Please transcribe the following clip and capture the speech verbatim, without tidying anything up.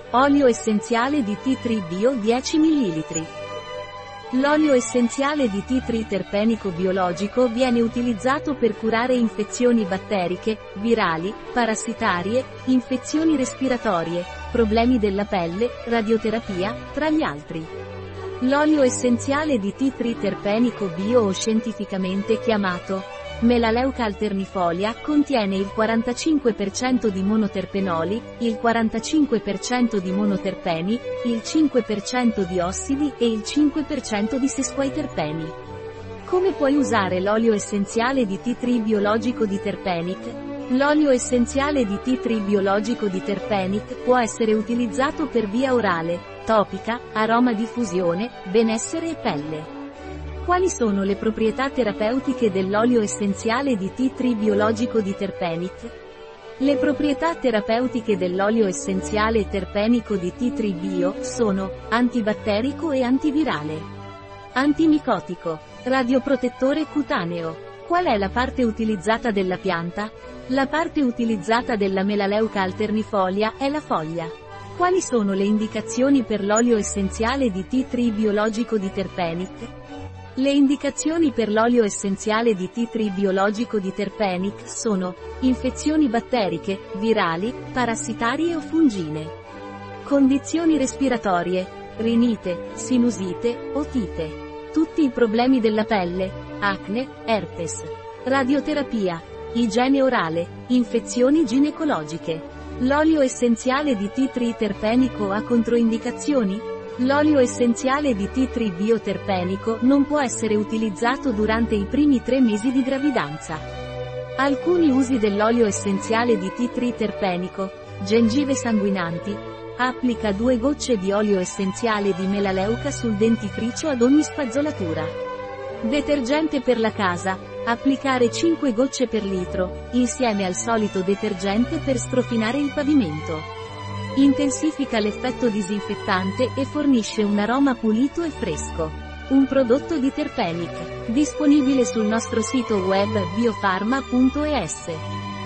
Olio essenziale di tea tree bio dieci millilitri. L'olio essenziale di tea tree terpenico biologico viene utilizzato per curare infezioni batteriche, virali, parassitarie, infezioni respiratorie, problemi della pelle, radioterapia, tra gli altri. L'olio essenziale di tea tree terpenico bio o scientificamente chiamato Melaleuca alternifolia contiene il quarantacinque per cento di monoterpenoli, il quarantacinque per cento di monoterpeni, il cinque per cento di ossidi e il cinque per cento di sesquiterpeni. Come puoi usare l'olio essenziale di tea tree biologico di Terpenic? L'olio essenziale di tea tree biologico di Terpenic può essere utilizzato per via orale, topica, aroma diffusione, benessere e pelle. Quali sono le proprietà terapeutiche dell'olio essenziale di tea tree biologico di Terpenic? Le proprietà terapeutiche dell'olio essenziale terpenico di tea tree bio sono antibatterico e antivirale, antimicotico, radioprotettore cutaneo. Qual è la parte utilizzata della pianta? La parte utilizzata della Melaleuca alternifolia è la foglia. Quali sono le indicazioni per l'olio essenziale di tea tree biologico di Terpenic? Le indicazioni per l'olio essenziale di tea tree biologico di Terpenic sono infezioni batteriche, virali, parassitarie o fungine, condizioni respiratorie, rinite, sinusite, otite, tutti i problemi della pelle, acne, herpes, radioterapia, igiene orale, infezioni ginecologiche. L'olio essenziale di tea tree terpenico ha controindicazioni? L'olio essenziale di tea tree bioterpenico non può essere utilizzato durante i primi tre mesi di gravidanza. Alcuni usi dell'olio essenziale di tea tree terpenico: gengive sanguinanti. Applica due gocce di olio essenziale di melaleuca sul dentifricio ad ogni spazzolatura. Detergente per la casa. Applicare cinque gocce per litro, insieme al solito detergente per strofinare il pavimento. Intensifica l'effetto disinfettante e fornisce un aroma pulito e fresco. Un prodotto di Terpenic, disponibile sul nostro sito web biofarma punto es.